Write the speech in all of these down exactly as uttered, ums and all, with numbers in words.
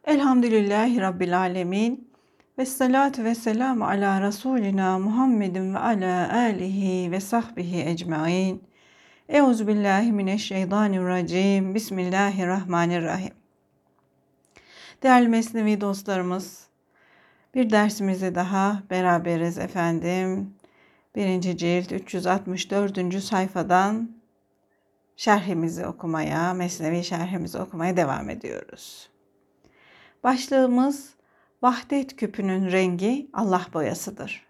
Elhamdülillahi Rabbil Alemin. Ve salatu ve selamu ala Resulina Muhammedin ve ala alihi ve sahbihi ecmain. Euzubillahimineşşeytanirracim. Bismillahirrahmanirrahim. Değerli Mesnevi dostlarımız, bir dersimizde daha beraberiz efendim. Birinci cilt üç yüz altmış dördüncü sayfadan şerhimizi okumaya, Mesnevi şerhimizi okumaya devam ediyoruz. Başlığımız vahdet küpünün rengi Allah boyasıdır.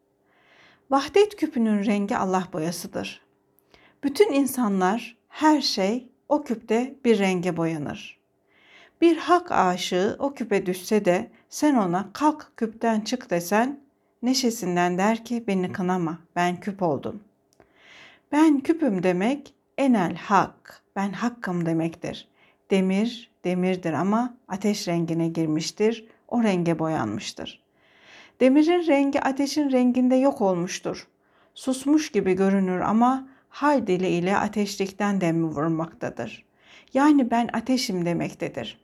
Vahdet küpünün rengi Allah boyasıdır. Bütün insanlar, her şey o küpte bir renge boyanır. Bir hak aşığı o küpe düşse de sen ona kalk küpten çık desen, neşesinden der ki beni kınama, ben küp oldum. Ben küpüm demek enel hak, ben hakkım demektir. Demir, demirdir ama ateş rengine girmiştir, o renge boyanmıştır. Demirin rengi ateşin renginde yok olmuştur. Susmuş gibi görünür ama hal dili ile ateşlikten dem vurmaktadır. Yani ben ateşim demektedir.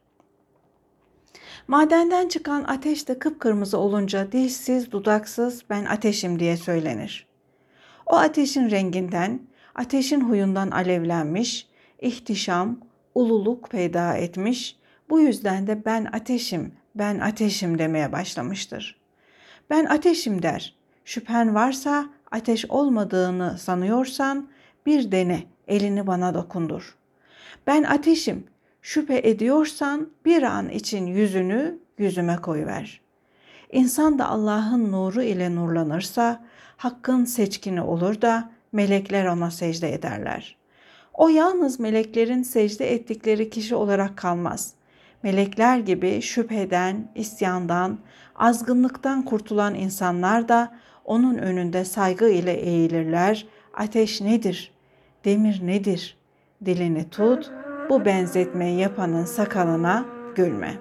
Madenden çıkan ateş de kıpkırmızı olunca dişsiz, dudaksız ben ateşim diye söylenir. O ateşin renginden, ateşin huyundan alevlenmiş, ihtişam, ululuk peyda etmiş, bu yüzden de ben ateşim, ben ateşim demeye başlamıştır. Ben ateşim der, şüphen varsa ateş olmadığını sanıyorsan bir dene, elini bana dokundur. Ben ateşim, şüphe ediyorsan bir an için yüzünü yüzüme koyver. İnsan da Allah'ın nuru ile nurlanırsa, hakkın seçkini olur da melekler ona secde ederler. O yalnız meleklerin secde ettikleri kişi olarak kalmaz. Melekler gibi şüpheden, isyandan, azgınlıktan kurtulan insanlar da onun önünde saygı ile eğilirler. Ateş nedir? Demir nedir? Dilini tut, bu benzetmeyi yapanın sakalına gülme.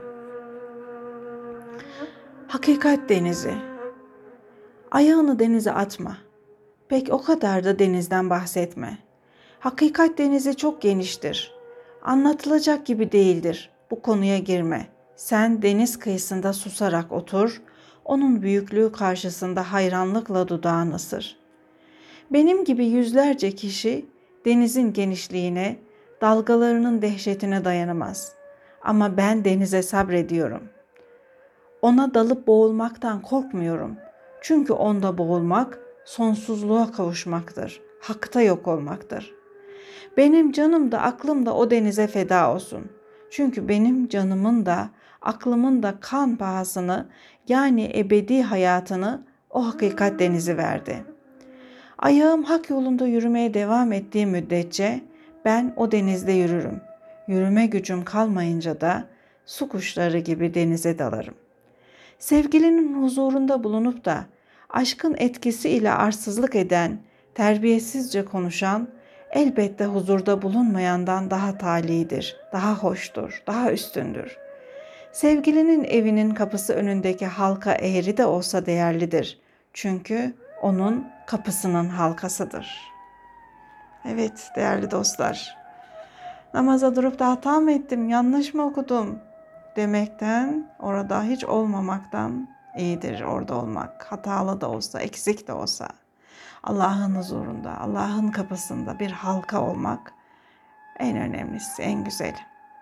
Hakikat denizi. Ayağını denize atma. Pek o kadar da denizden bahsetme. Hakikat denizi çok geniştir. Anlatılacak gibi değildir. Bu konuya girme. Sen deniz kıyısında susarak otur. Onun büyüklüğü karşısında hayranlıkla dudağını ısır. Benim gibi yüzlerce kişi denizin genişliğine, dalgalarının dehşetine dayanamaz. Ama ben denize sabrediyorum. Ona dalıp boğulmaktan korkmuyorum. Çünkü onda boğulmak sonsuzluğa kavuşmaktır. Hakta yok olmaktır. Benim canım da aklım da o denize feda olsun. Çünkü benim canımın da aklımın da kan pahasını yani ebedi hayatını o hakikat denizi verdi. Ayağım hak yolunda yürümeye devam ettiği müddetçe ben o denizde yürürüm. Yürüme gücüm kalmayınca da su kuşları gibi denize dalarım. Sevgilinin huzurunda bulunup da aşkın etkisiyle arsızlık eden, terbiyesizce konuşan, elbette huzurda bulunmayandan daha talidir, daha hoştur, daha üstündür. Sevgilinin evinin kapısı önündeki halka eğri de olsa değerlidir. Çünkü onun kapısının halkasıdır. Evet değerli dostlar, namaza durup da hata mı ettim, yanlış mı okudum demekten, orada hiç olmamaktan iyidir orada olmak. Hatalı da olsa, eksik de olsa. Allah'ın huzurunda, Allah'ın kapısında bir halka olmak en önemlisi, en güzeli.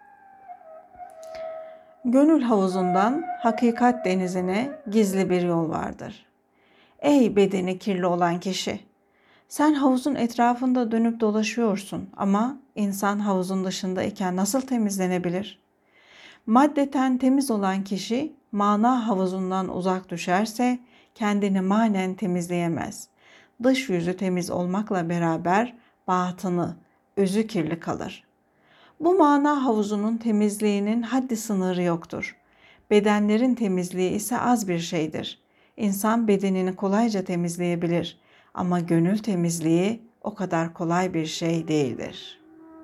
Gönül havuzundan hakikat denizine gizli bir yol vardır. Ey bedeni kirli olan kişi! Sen havuzun etrafında dönüp dolaşıyorsun ama insan havuzun dışındayken nasıl temizlenebilir? Maddeten temiz olan kişi mana havuzundan uzak düşerse kendini manen temizleyemez. Dış yüzü temiz olmakla beraber batını, özü kirli kalır. Bu mana havuzunun temizliğinin haddi sınırı yoktur. Bedenlerin temizliği ise az bir şeydir. İnsan bedenini kolayca temizleyebilir ama gönül temizliği o kadar kolay bir şey değildir.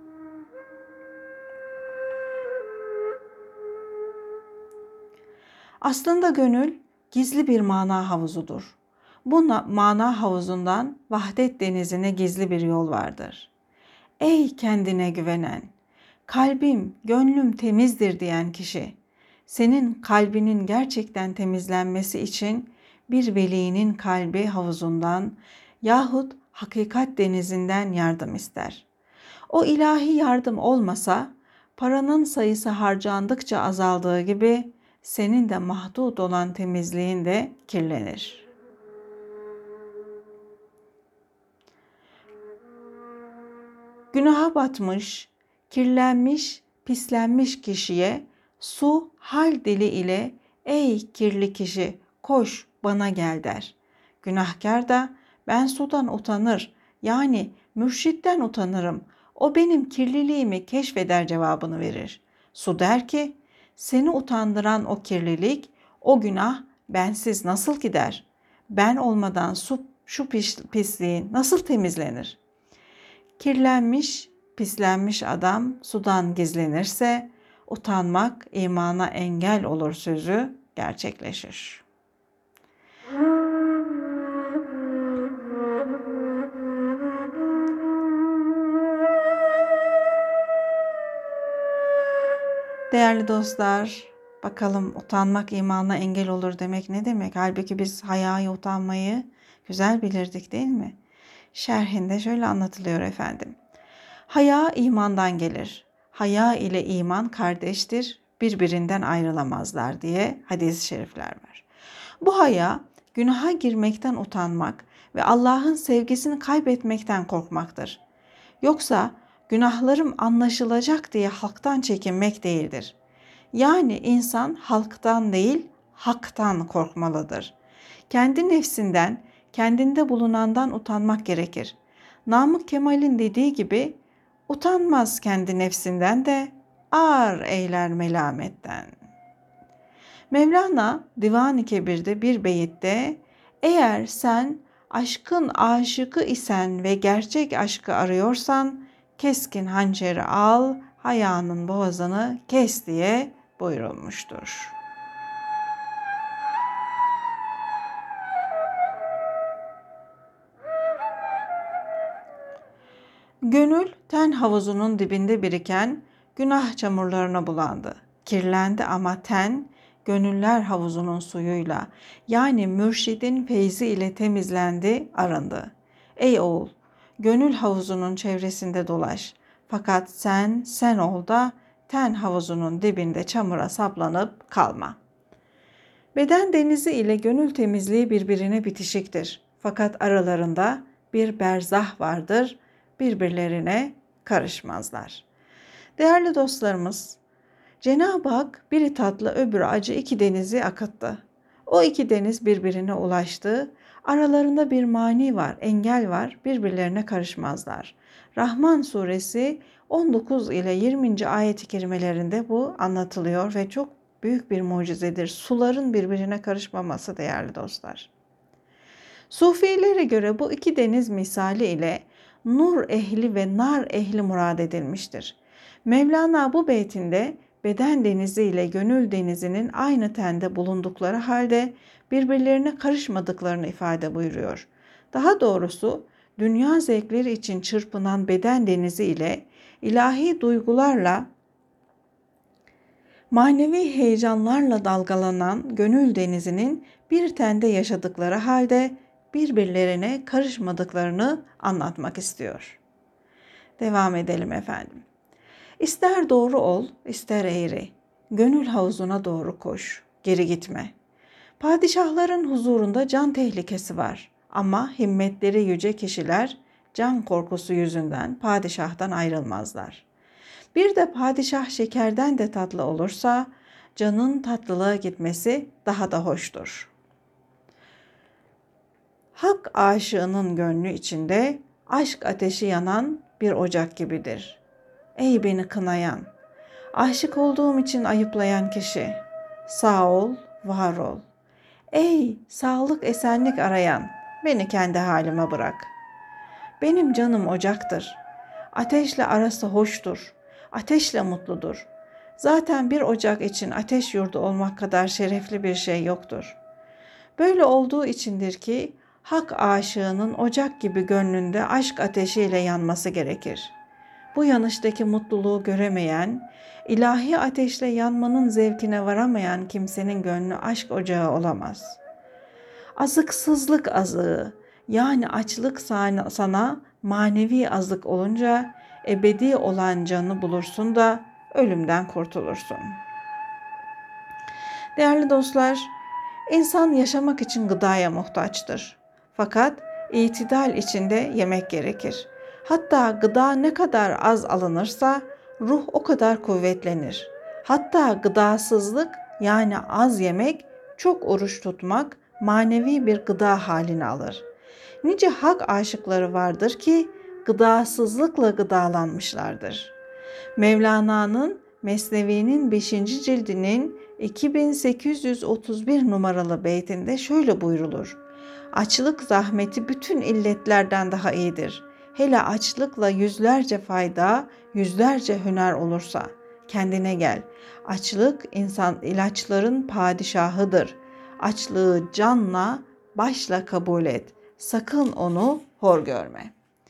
Aslında gönül gizli bir mana havuzudur. Bu mana havuzundan vahdet denizine gizli bir yol vardır. Ey kendine güvenen, kalbim, gönlüm temizdir diyen kişi, Senin kalbinin gerçekten temizlenmesi için bir velinin kalbi havuzundan yahut hakikat denizinden yardım ister. O ilahi yardım olmasa, paranın sayısı harcandıkça azaldığı gibi senin de mahdut olan temizliğin de kirlenir. Günaha batmış, kirlenmiş, pislenmiş kişiye su hal dili ile ''Ey kirli kişi, koş bana gel'' der. Günahkar da ''Ben sudan utanır, yani mürşitten utanırım. O benim kirliliğimi keşfeder'' cevabını verir. Su der ki, ''Seni utandıran o kirlilik, o günah bensiz nasıl gider? Ben olmadan su, şu pisliğin nasıl temizlenir?'' Kirlenmiş, pislenmiş adam sudan gizlenirse utanmak imana engel olur sözü gerçekleşir. Değerli dostlar, bakalım utanmak imana engel olur demek ne demek? Halbuki biz hayayı, utanmayı güzel bilirdik, değil mi? Şerhinde şöyle anlatılıyor efendim. Haya imandan gelir. Haya ile iman kardeştir, birbirinden ayrılamazlar diye hadis-i şerifler var. Bu haya, günaha girmekten utanmak ve Allah'ın sevgisini kaybetmekten korkmaktır. Yoksa günahlarım anlaşılacak diye halktan çekinmek değildir. Yani insan halktan değil, haktan korkmalıdır. Kendi nefsinden, kendinde bulunandan utanmak gerekir. Namık Kemal'in dediği gibi, utanmaz kendi nefsinden de ağır eyler melametten. Mevlana Divan-ı Kebir'de bir beyitte, eğer sen aşkın aşıkı isen ve gerçek aşkı arıyorsan, keskin hançeri al, hayanın boğazını kes diye buyurulmuştur. Gönül ten havuzunun dibinde biriken günah çamurlarına bulandı. Kirlendi ama ten, gönüller havuzunun suyuyla, yani mürşidin feyzi ile temizlendi, arındı. Ey oğul, gönül havuzunun çevresinde dolaş. Fakat sen, sen ol da ten havuzunun dibinde çamura saplanıp kalma. Beden denizi ile gönül temizliği birbirine bitişiktir. Fakat aralarında bir berzah vardır, birbirlerine karışmazlar. Değerli dostlarımız, Cenab-ı Hak biri tatlı öbürü acı iki denizi akıttı. O iki deniz birbirine ulaştı. Aralarında bir mani var, engel var, birbirlerine karışmazlar. Rahman suresi on dokuz ile yirminci ayet-i kerimelerinde bu anlatılıyor ve çok büyük bir mucizedir. Suların birbirine karışmaması değerli dostlar. Sufilere göre bu iki deniz misali ile nur ehli ve nar ehli murad edilmiştir. Mevlana bu beytinde beden denizi ile gönül denizinin aynı tende bulundukları halde birbirlerine karışmadıklarını ifade buyuruyor. Daha doğrusu dünya zevkleri için çırpınan beden denizi ile ilahi duygularla, manevi heyecanlarla dalgalanan gönül denizinin bir tende yaşadıkları halde birbirlerine karışmadıklarını anlatmak istiyor. Devam edelim efendim. İster doğru ol, ister eğri. Gönül havuzuna doğru koş, geri gitme. Padişahların huzurunda can tehlikesi var. Ama himmetleri yüce kişiler can korkusu yüzünden padişahtan ayrılmazlar. Bir de padişah şekerden de tatlı olursa canın tatlılığa gitmesi daha da hoştur. Hak aşığının gönlü içinde aşk ateşi yanan bir ocak gibidir. Ey beni kınayan, aşık olduğum için ayıplayan kişi, sağ ol, var ol. Ey sağlık esenlik arayan, beni kendi halime bırak. Benim canım ocaktır. Ateşle arası hoştur. Ateşle mutludur. Zaten bir ocak için ateş yurdu olmak kadar şerefli bir şey yoktur. Böyle olduğu içindir ki hak aşığının ocak gibi gönlünde aşk ateşiyle yanması gerekir. Bu yanıştaki mutluluğu göremeyen, ilahi ateşle yanmanın zevkine varamayan kimsenin gönlü aşk ocağı olamaz. Azıksızlık azığı, yani açlık sana, sana manevi azlık olunca ebedi olan canı bulursun da ölümden kurtulursun. Değerli dostlar, insan yaşamak için gıdaya muhtaçtır. Fakat itidal içinde yemek gerekir. Hatta gıda ne kadar az alınırsa ruh o kadar kuvvetlenir. Hatta gıdasızlık, yani az yemek, çok oruç tutmak manevi bir gıda halini alır. Nice hak aşıkları vardır ki gıdasızlıkla gıdalanmışlardır. Mevlana'nın Mesnevi'nin beşinci cildinin iki bin sekiz yüz otuz bir numaralı beytinde şöyle buyrulur: açlık zahmeti bütün illetlerden daha iyidir. Hele açlıkla yüzlerce fayda, yüzlerce hüner olursa. Kendine gel. Açlık insan ilaçların padişahıdır. Açlığı canla, başla kabul et. Sakın onu hor görme.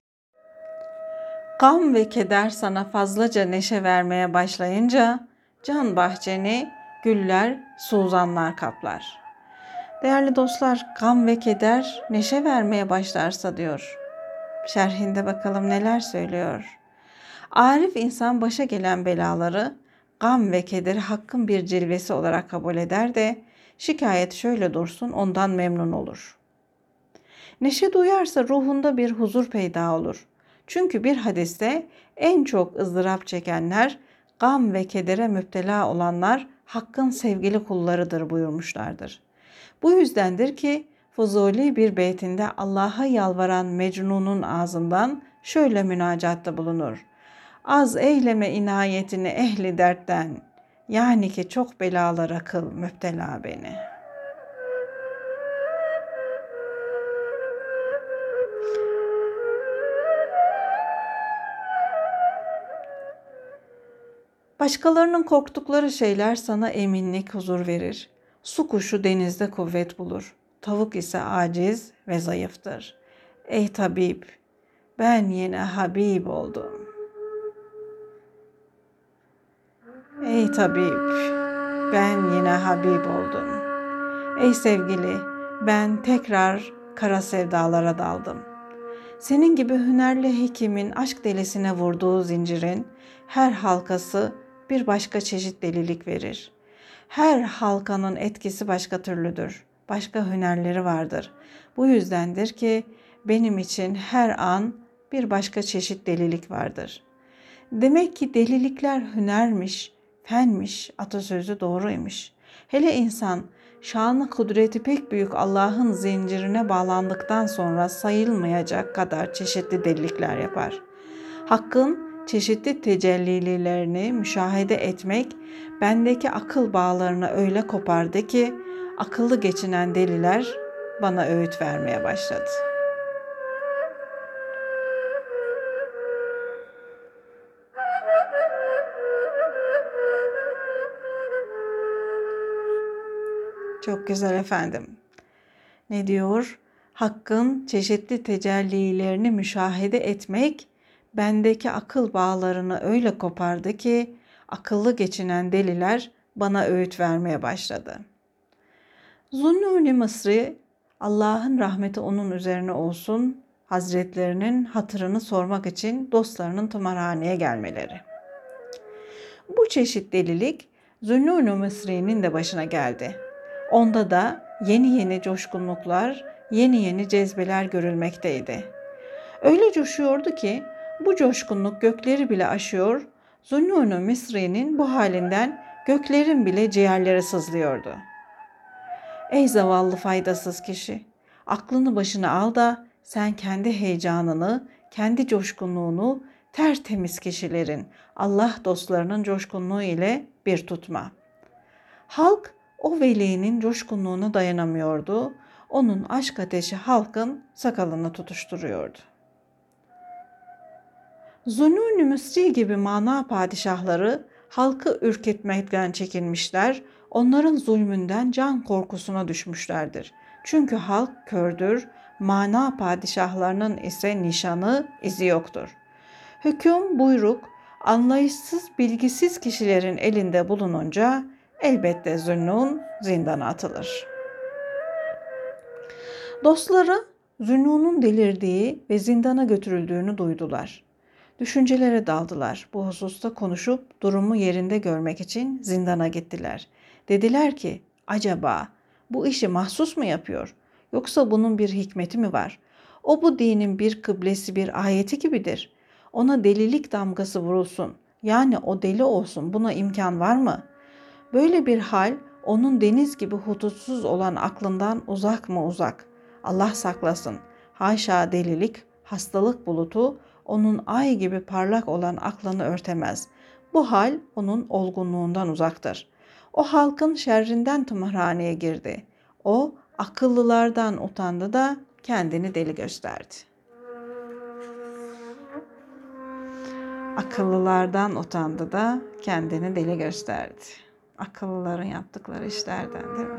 Gam ve keder sana fazlaca neşe vermeye başlayınca can bahçeni güller, suzanlar kaplar. Değerli dostlar, gam ve keder neşe vermeye başlarsa diyor. Şerhinde bakalım neler söylüyor. Arif insan başa gelen belaları gam ve kederi hakkın bir cilvesi olarak kabul eder de şikayet şöyle dursun, ondan memnun olur. Neşe duyarsa ruhunda bir huzur peyda olur. Çünkü bir hadiste en çok ızdırap çekenler, gam ve kedere müptela olanlar Hakk'ın sevgili kullarıdır buyurmuşlardır. Bu yüzdendir ki Fuzuli bir beytinde Allah'a yalvaran Mecnun'un ağzından şöyle münacatta bulunur: az eyleme inayetini ehli dertten, yani ki çok belalara kıl müptela beni. Başkalarının korktukları şeyler sana eminlik, huzur verir. Su kuşu denizde kuvvet bulur. Tavuk ise aciz ve zayıftır. Ey tabip, ben yine Habib oldum. Ey tabip, ben yine Habib oldum. Ey sevgili, ben tekrar kara sevdalara daldım. Senin gibi hünerli hekimin aşk delisine vurduğu zincirin her halkası bir başka çeşit delilik verir. Her halkanın etkisi başka türlüdür. Başka hünerleri vardır. Bu yüzdendir ki benim için her an bir başka çeşit delilik vardır. Demek ki delilikler hünermiş, fenmiş, atasözü doğruymuş. Hele insan şanı kudreti pek büyük Allah'ın zincirine bağlandıktan sonra sayılmayacak kadar çeşitli delilikler yapar. Hakkın çeşitli tecellilerini müşahede etmek bendeki akıl bağlarını öyle kopardı ki akıllı geçinen deliler bana öğüt vermeye başladı. Çok güzel efendim. Ne diyor? Hakkın çeşitli tecellilerini müşahede etmek bendeki akıl bağlarını öyle kopardı ki akıllı geçinen deliler bana öğüt vermeye başladı. Zunnuni Mısri, Allah'ın rahmeti onun üzerine olsun, Hazretlerinin hatırını sormak için dostlarının tımarhaneye gelmeleri. Bu çeşit delilik Zunnuni Mısri'nin de başına geldi. Onda da yeni yeni coşkunluklar, yeni yeni cezbeler görülmekteydi. Öyle coşuyordu ki bu coşkunluk gökleri bile aşıyor, Zunnuni Mısri'nin bu halinden göklerin bile ciğerleri sızlıyordu. Ey zavallı faydasız kişi, aklını başına al da sen kendi heyecanını, kendi coşkunluğunu tertemiz kişilerin, Allah dostlarının coşkunluğu ile bir tutma. Halk o velinin coşkunluğuna dayanamıyordu. Onun aşk ateşi halkın sakalını tutuşturuyordu. Zunnuni Mısri gibi mana padişahları halkı ürkütmekten çekinmişler, onların zulmünden can korkusuna düşmüşlerdir. Çünkü halk kördür, mana padişahlarının ise nişanı, izi yoktur. Hüküm, buyruk, anlayışsız, bilgisiz kişilerin elinde bulununca elbette Zünnun zindana atılır. Dostları Zünnun'un delirdiği ve zindana götürüldüğünü duydular. Düşüncelere daldılar. Bu hususta konuşup durumu yerinde görmek için zindana gittiler. Dediler ki, acaba bu işi mahsus mu yapıyor? Yoksa bunun bir hikmeti mi var? O bu dinin bir kıblesi, bir ayeti gibidir. Ona delilik damgası vurulsun. Yani o deli olsun. Buna imkan var mı? Böyle bir hal onun deniz gibi hudutsuz olan aklından uzak mı uzak? Allah saklasın. Haşa delilik, hastalık bulutu onun ay gibi parlak olan aklını örtemez. Bu hal onun olgunluğundan uzaktır. O halkın şerrinden tımarhaneye girdi. O akıllılardan utandı da kendini deli gösterdi. Akıllılardan utandı da kendini deli gösterdi. Akıllıların yaptıkları işlerden, değil mi?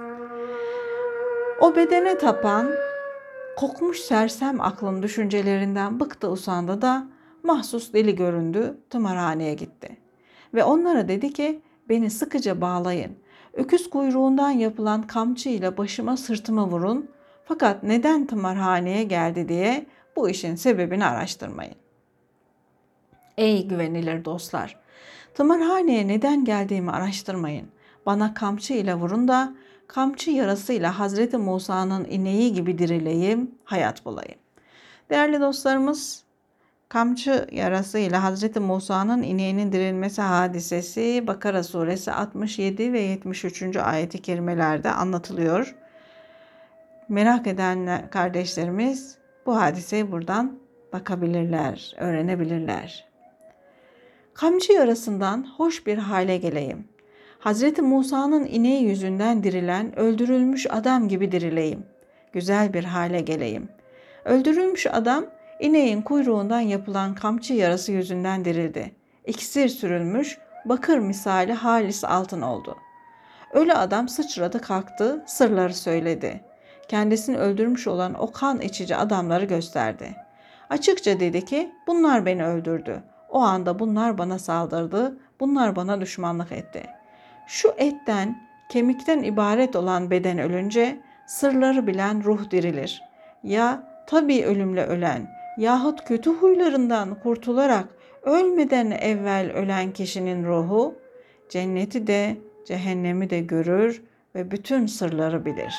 O bedene tapan, kokmuş sersem aklın düşüncelerinden bıktı usandı da mahsus deli göründü, tımarhaneye gitti. Ve onlara dedi ki, beni sıkıca bağlayın. Öküz kuyruğundan yapılan kamçıyla başıma sırtıma vurun. Fakat neden tımarhaneye geldi diye bu işin sebebini araştırmayın. Ey güvenilir dostlar! Tımarhaneye neden geldiğimi araştırmayın. Bana kamçı ile vurun da kamçı yarasıyla Hazreti Musa'nın ineği gibi dirileyim, hayat bulayım. Değerli dostlarımız, kamçı yarasıyla Hazreti Musa'nın ineğinin dirilmesi hadisesi Bakara suresi altmış yedi ve yetmiş üçüncü ayet-i kerimelerde anlatılıyor. Merak eden kardeşlerimiz bu hadiseyi buradan bakabilirler, öğrenebilirler. Kamçı yarasından hoş bir hale geleyim. Hazreti Musa'nın ineği yüzünden dirilen öldürülmüş adam gibi dirileyim. Güzel bir hale geleyim. Öldürülmüş adam ineğin kuyruğundan yapılan kamçı yarası yüzünden dirildi. İksir sürülmüş bakır misali halis altın oldu. Ölü adam sıçradı kalktı, sırları söyledi. Kendisini öldürmüş olan o kan içici adamları gösterdi. Açıkça dedi ki, bunlar beni öldürdü. O anda bunlar bana saldırdı, bunlar bana düşmanlık etti. Şu etten, kemikten ibaret olan beden ölünce sırları bilen ruh dirilir. Ya tabii ölümle ölen yahut kötü huylarından kurtularak ölmeden evvel ölen kişinin ruhu cenneti de cehennemi de görür ve bütün sırları bilir.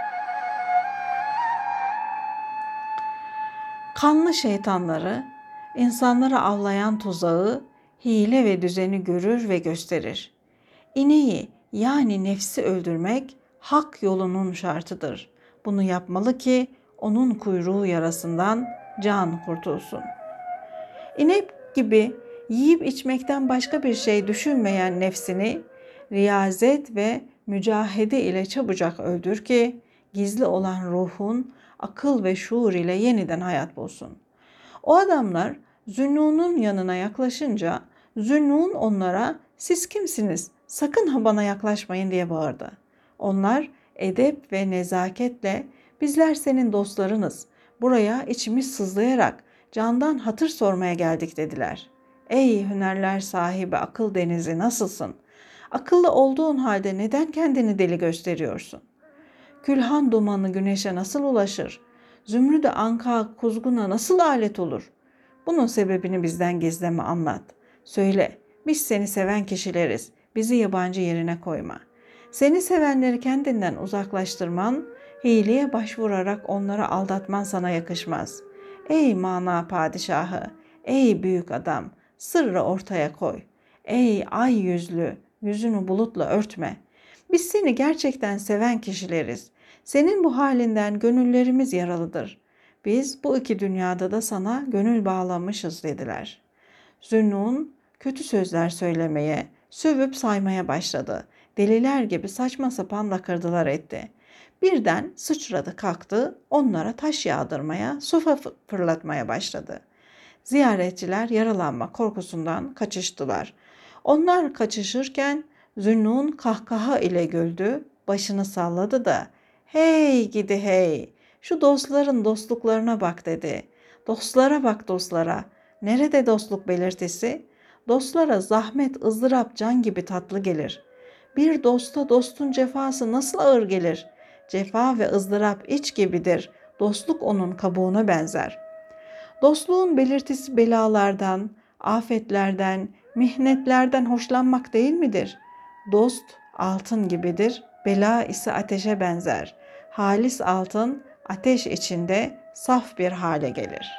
Kanlı şeytanları, insanları avlayan tuzağı, hile ve düzeni görür ve gösterir. İneği yani nefsi öldürmek hak yolunun şartıdır. Bunu yapmalı ki onun kuyruğu yarasından can kurtulsun. İnek gibi yiyip içmekten başka bir şey düşünmeyen nefsini riyazet ve mücahede ile çabucak öldür ki gizli olan ruhun akıl ve şuur ile yeniden hayat bulsun. O adamlar Zünnun'un yanına yaklaşınca Zünnun onlara siz kimsiniz? Sakın ha bana yaklaşmayın diye bağırdı. Onlar edep ve nezaketle bizler senin dostlarınız. Buraya içimiz sızlayarak candan hatır sormaya geldik dediler. Ey hünerler sahibi akıl denizi nasılsın? Akıllı olduğun halde neden kendini deli gösteriyorsun? Külhan dumanı güneşe nasıl ulaşır? Zümrüt-i anka kuzguna nasıl alet olur? Bunun sebebini bizden gizleme anlat. Söyle, biz seni seven kişileriz. Bizi yabancı yerine koyma. Seni sevenleri kendinden uzaklaştırman, hileye başvurarak onları aldatman sana yakışmaz. Ey mana padişahı, ey büyük adam, sırrı ortaya koy. Ey ay yüzlü, yüzünü bulutla örtme. Biz seni gerçekten seven kişileriz. Senin bu halinden gönüllerimiz yaralıdır. Biz bu iki dünyada da sana gönül bağlamışız dediler. Zünnun kötü sözler söylemeye, sövüp saymaya başladı. Deliler gibi saçma sapan lakırdılar etti. Birden sıçradı kalktı, onlara taş yağdırmaya, su fırlatmaya başladı. Ziyaretçiler yaralanma korkusundan kaçıştılar. Onlar kaçışırken Zünnun kahkaha ile güldü, başını salladı da hey gidi hey, şu dostların dostluklarına bak dedi. Dostlara bak dostlara, Nerede dostluk belirtisi? Dostlara zahmet, ızdırap can gibi tatlı gelir. Bir dosta dostun cefası nasıl ağır gelir? Cefa ve ızdırap iç gibidir. Dostluk onun kabuğuna benzer. Dostluğun belirtisi belalardan, afetlerden, mihnetlerden hoşlanmak değil midir? Dost altın gibidir, bela ise ateşe benzer. Halis altın ateş içinde saf bir hale gelir.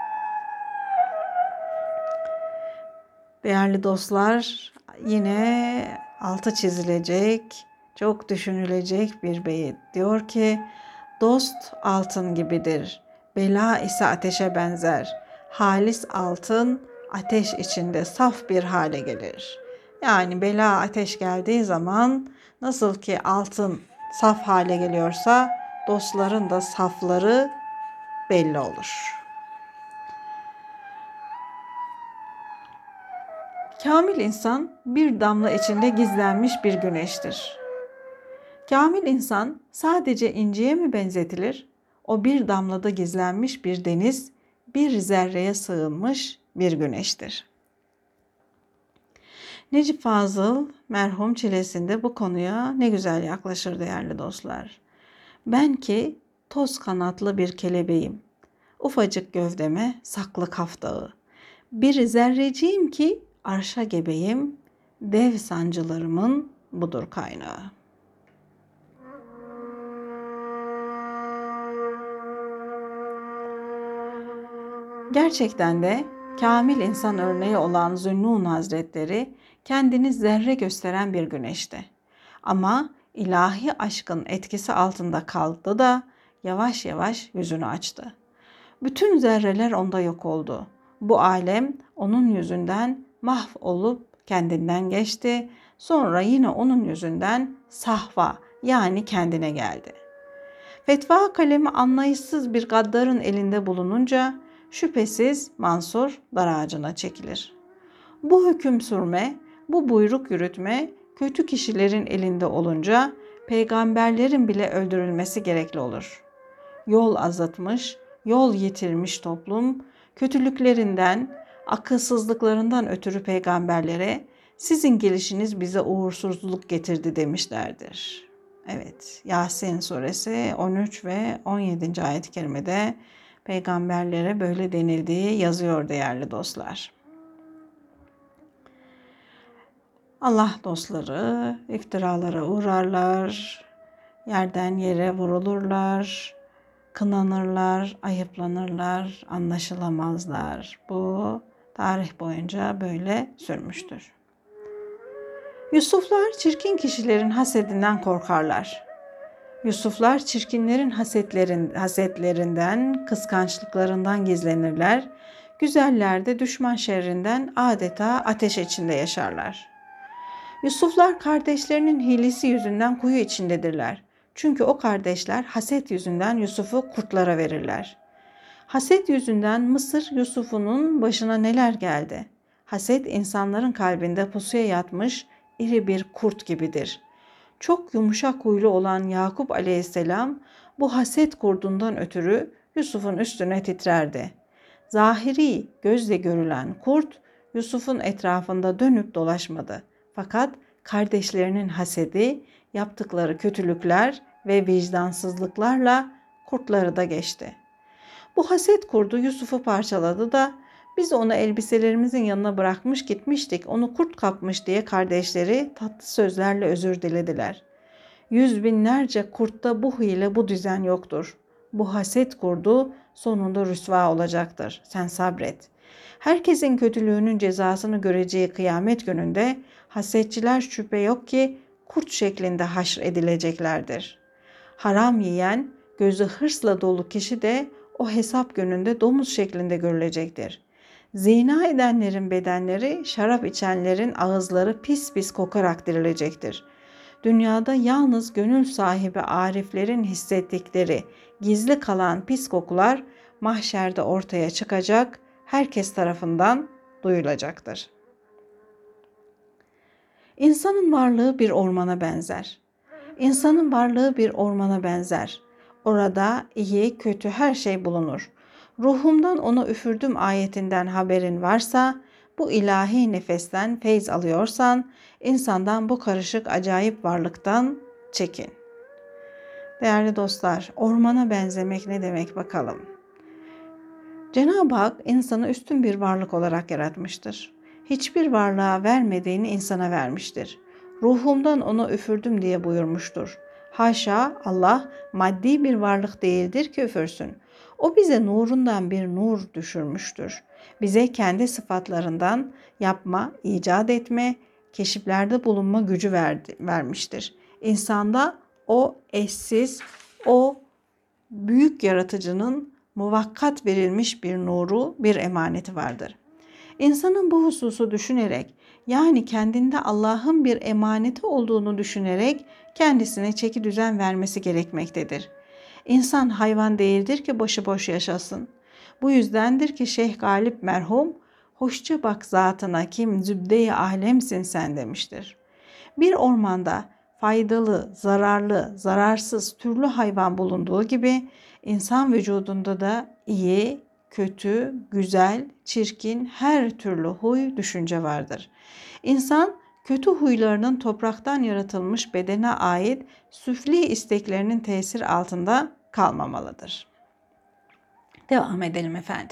Değerli dostlar, yine altı çizilecek, çok düşünülecek bir beyit. Diyor ki, dost altın gibidir, bela ise ateşe benzer. Halis altın ateş içinde saf bir hale gelir. Yani bela ateş geldiği zaman nasıl ki altın saf hale geliyorsa dostların da safları belli olur. Kamil insan bir damla içinde gizlenmiş bir güneştir. Kamil insan sadece inciye mi benzetilir? O bir damlada gizlenmiş bir deniz, bir zerreye sığınmış bir güneştir. Necip Fazıl merhum çilesinde bu konuya ne güzel yaklaşır değerli dostlar. Ben ki toz kanatlı bir kelebeğim, ufacık gövdeme saklı kaftağı. Bir zerreciyim ki arşa gebeyim, dev sancılarımın budur kaynağı. Gerçekten de kamil insan örneği olan Zünnûn Hazretleri kendini zerre gösteren bir güneşti. Ama ilahi aşkın etkisi altında kaldı da yavaş yavaş yüzünü açtı. Bütün zerreler onda yok oldu. Bu alem onun yüzünden mahvolup kendinden geçti. Sonra yine onun yüzünden sahva yani kendine geldi. Fetva kalemi anlayışsız bir gaddarın elinde bulununca şüphesiz Mansur dar ağacına çekilir. Bu hüküm sürme, bu buyruk yürütme kötü kişilerin elinde olunca peygamberlerin bile öldürülmesi gerekli olur. Yol azıtmış, yol yitirmiş toplum kötülüklerinden, akılsızlıklarından ötürü peygamberlere sizin gelişiniz bize uğursuzluk getirdi demişlerdir. Evet, Yasin suresi on üç ve on yedinci ayet-i kerimede peygamberlere böyle denildiği yazıyor değerli dostlar. Allah dostları iftiralara uğrarlar, yerden yere vurulurlar, kınanırlar, ayıplanırlar, anlaşılamazlar. Bu tarih boyunca böyle sürmüştür. Yusuflar çirkin kişilerin hasedinden korkarlar. Yusuflar çirkinlerin hasetlerin, hasetlerinden, kıskançlıklarından gizlenirler. Güzeller de düşman şerrinden adeta ateş içinde yaşarlar. Yusuflar kardeşlerinin hilesi yüzünden kuyu içindedirler. Çünkü o kardeşler haset yüzünden Yusuf'u kurtlara verirler. Haset yüzünden Mısır Yusuf'unun başına neler geldi? Haset insanların kalbinde pusuya yatmış iri bir kurt gibidir. Çok yumuşak huylu olan Yakup aleyhisselam bu haset kurdundan ötürü Yusuf'un üstüne titrerdi. Zahiri gözle görülen kurt Yusuf'un etrafında dönüp dolaşmadı. Fakat kardeşlerinin hasedi, yaptıkları kötülükler ve vicdansızlıklarla kurtları da geçti. Bu haset kurdu Yusuf'u parçaladı da biz onu elbiselerimizin yanına bırakmış gitmiştik, onu kurt kapmış diye kardeşleri tatlı sözlerle özür dilediler. Yüz binlerce kurtta bu hile bu düzen yoktur. Bu haset kurdu sonunda rüsva olacaktır. Sen sabret. Herkesin kötülüğünün cezasını göreceği kıyamet gününde hasetçiler şüphe yok ki kurt şeklinde haşr edileceklerdir. Haram yiyen, gözü hırsla dolu kişi de o hesap gününde domuz şeklinde görülecektir. Zina edenlerin bedenleri, şarap içenlerin ağızları pis pis kokarak dirilecektir. Dünyada yalnız gönül sahibi ariflerin hissettikleri gizli kalan pis kokular mahşerde ortaya çıkacak, herkes tarafından duyulacaktır. İnsanın varlığı bir ormana benzer. İnsanın varlığı bir ormana benzer. Orada iyi, kötü her şey bulunur. Ruhumdan onu üfürdüm ayetinden haberin varsa, bu ilahi nefesten feyz alıyorsan, insandan bu karışık acayip varlıktan çekin. Değerli dostlar, ormana benzemek ne demek bakalım? Cenab-ı Hak insanı üstün bir varlık olarak yaratmıştır. Hiçbir varlığa vermediğini insana vermiştir. Ruhumdan onu üfürdüm diye buyurmuştur. Haşa, Allah maddi bir varlık değildir ki üfürsün. O bize nurundan bir nur düşürmüştür. Bize kendi sıfatlarından yapma, icat etme, keşiflerde bulunma gücü verdi, vermiştir. İnsanda o eşsiz, o büyük yaratıcının muvakkat verilmiş bir nuru, bir emaneti vardır. İnsanın bu hususu düşünerek, yani kendinde Allah'ın bir emaneti olduğunu düşünerek kendisine çeki düzen vermesi gerekmektedir. İnsan hayvan değildir ki başıboş yaşasın. Bu yüzdendir ki Şeyh Galip merhum, hoşça bak zatına kim zübde-i alemsin sen demiştir. Bir ormanda faydalı, zararlı, zararsız türlü hayvan bulunduğu gibi insan vücudunda da iyi, kötü, güzel, çirkin her türlü huy, düşünce vardır. İnsan kötü huylarının topraktan yaratılmış bedene ait süfli isteklerinin tesir altında kalmamalıdır. Devam edelim efendim.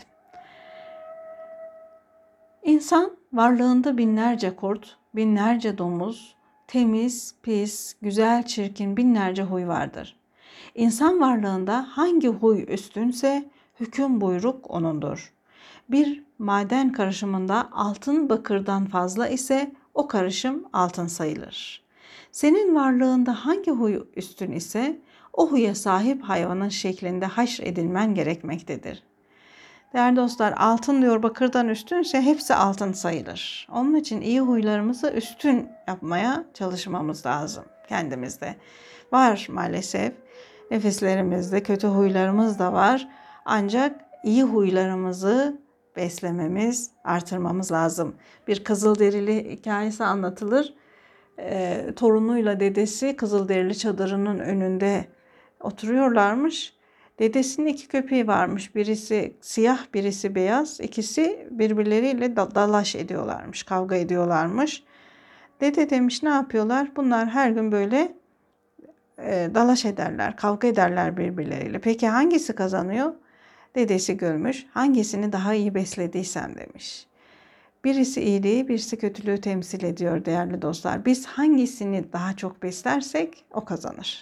İnsan varlığında binlerce kurt, binlerce domuz, temiz, pis, güzel, çirkin binlerce huy vardır. İnsan varlığında hangi huy üstünse hüküm buyruk onundur. Bir maden karışımında altın bakırdan fazla ise o karışım altın sayılır. Senin varlığında hangi huy üstün ise o huya sahip hayvanın şeklinde haşr edilmen gerekmektedir. Değerli dostlar, altın diyor bakırdan üstünse hepsi altın sayılır. Onun için iyi huylarımızı üstün yapmaya çalışmamız lazım kendimizde. Var maalesef nefislerimizde kötü huylarımız da var. Ancak iyi huylarımızı beslememiz, artırmamız lazım. Bir Kızılderili hikayesi anlatılır. E, torunuyla dedesi Kızılderili çadırının önünde oturuyorlarmış. Dedesinin iki köpeği varmış. Birisi siyah, birisi beyaz. İkisi birbirleriyle dalaş ediyorlarmış, kavga ediyorlarmış. Dede demiş ne yapıyorlar? Bunlar her gün böyle e, dalaş ederler, kavga ederler birbirleriyle. Peki hangisi kazanıyor? Dedesi gülmüş. Hangisini daha iyi beslediysem demiş. Birisi iyiliği, birisi kötülüğü temsil ediyor değerli dostlar. Biz hangisini daha çok beslersek o kazanır.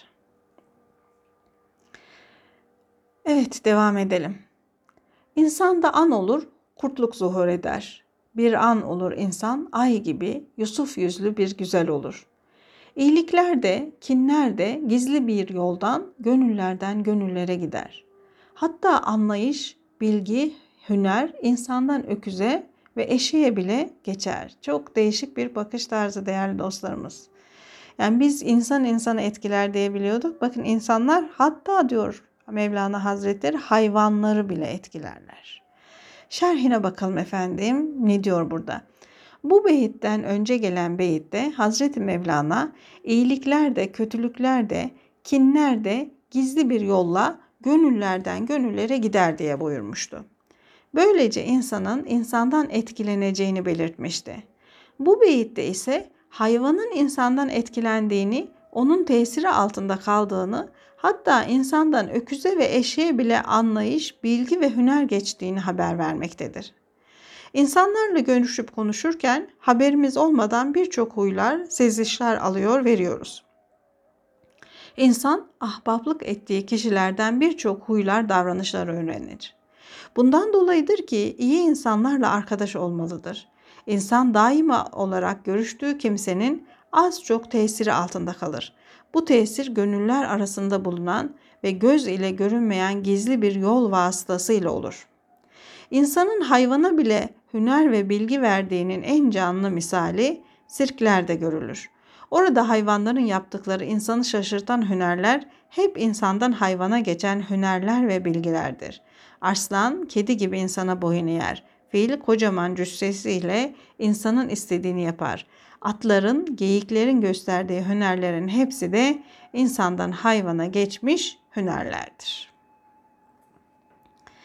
Evet, devam edelim. İnsanda an olur, kurtluk zuhur eder. Bir an olur insan, ay gibi, Yusuf yüzlü bir güzel olur. İyilikler de, kinler de gizli bir yoldan, gönüllerden gönüllere gider. Hatta anlayış, bilgi, hüner insandan öküze ve eşeğe bile geçer. Çok değişik bir bakış tarzı değerli dostlarımız. Yani biz insan insanı etkiler diyebiliyorduk. Bakın insanlar hatta diyor Mevlana Hazretleri hayvanları bile etkilerler. Şerhine bakalım efendim ne diyor burada? Bu beyitten önce gelen beyitte Hazreti Mevlana iyilikler de kötülükler de kinler de gizli bir yolla gönüllerden gönüllere gider diye buyurmuştu. Böylece insanın insandan etkileneceğini belirtmişti. Bu beyitte ise hayvanın insandan etkilendiğini, onun tesiri altında kaldığını, hatta insandan öküze ve eşeğe bile anlayış, bilgi ve hüner geçtiğini haber vermektedir. İnsanlarla görüşüp konuşurken haberimiz olmadan birçok huylar, sezişler alıyor veriyoruz. İnsan ahbaplık ettiği kişilerden birçok huylar, davranışlar öğrenir. Bundan dolayıdır ki iyi insanlarla arkadaş olmalıdır. İnsan daima olarak görüştüğü kimsenin az çok tesiri altında kalır. Bu tesir gönüller arasında bulunan ve göz ile görünmeyen gizli bir yol vasıtasıyla olur. İnsanın hayvana bile hüner ve bilgi verdiğinin en canlı misali sirklerde görülür. Orada hayvanların yaptıkları insanı şaşırtan hünerler hep insandan hayvana geçen hünerler ve bilgilerdir. Arslan, kedi gibi insana boyun eğer. Fil kocaman cüssesiyle insanın istediğini yapar. Atların, geyiklerin gösterdiği hünerlerin hepsi de insandan hayvana geçmiş hünerlerdir.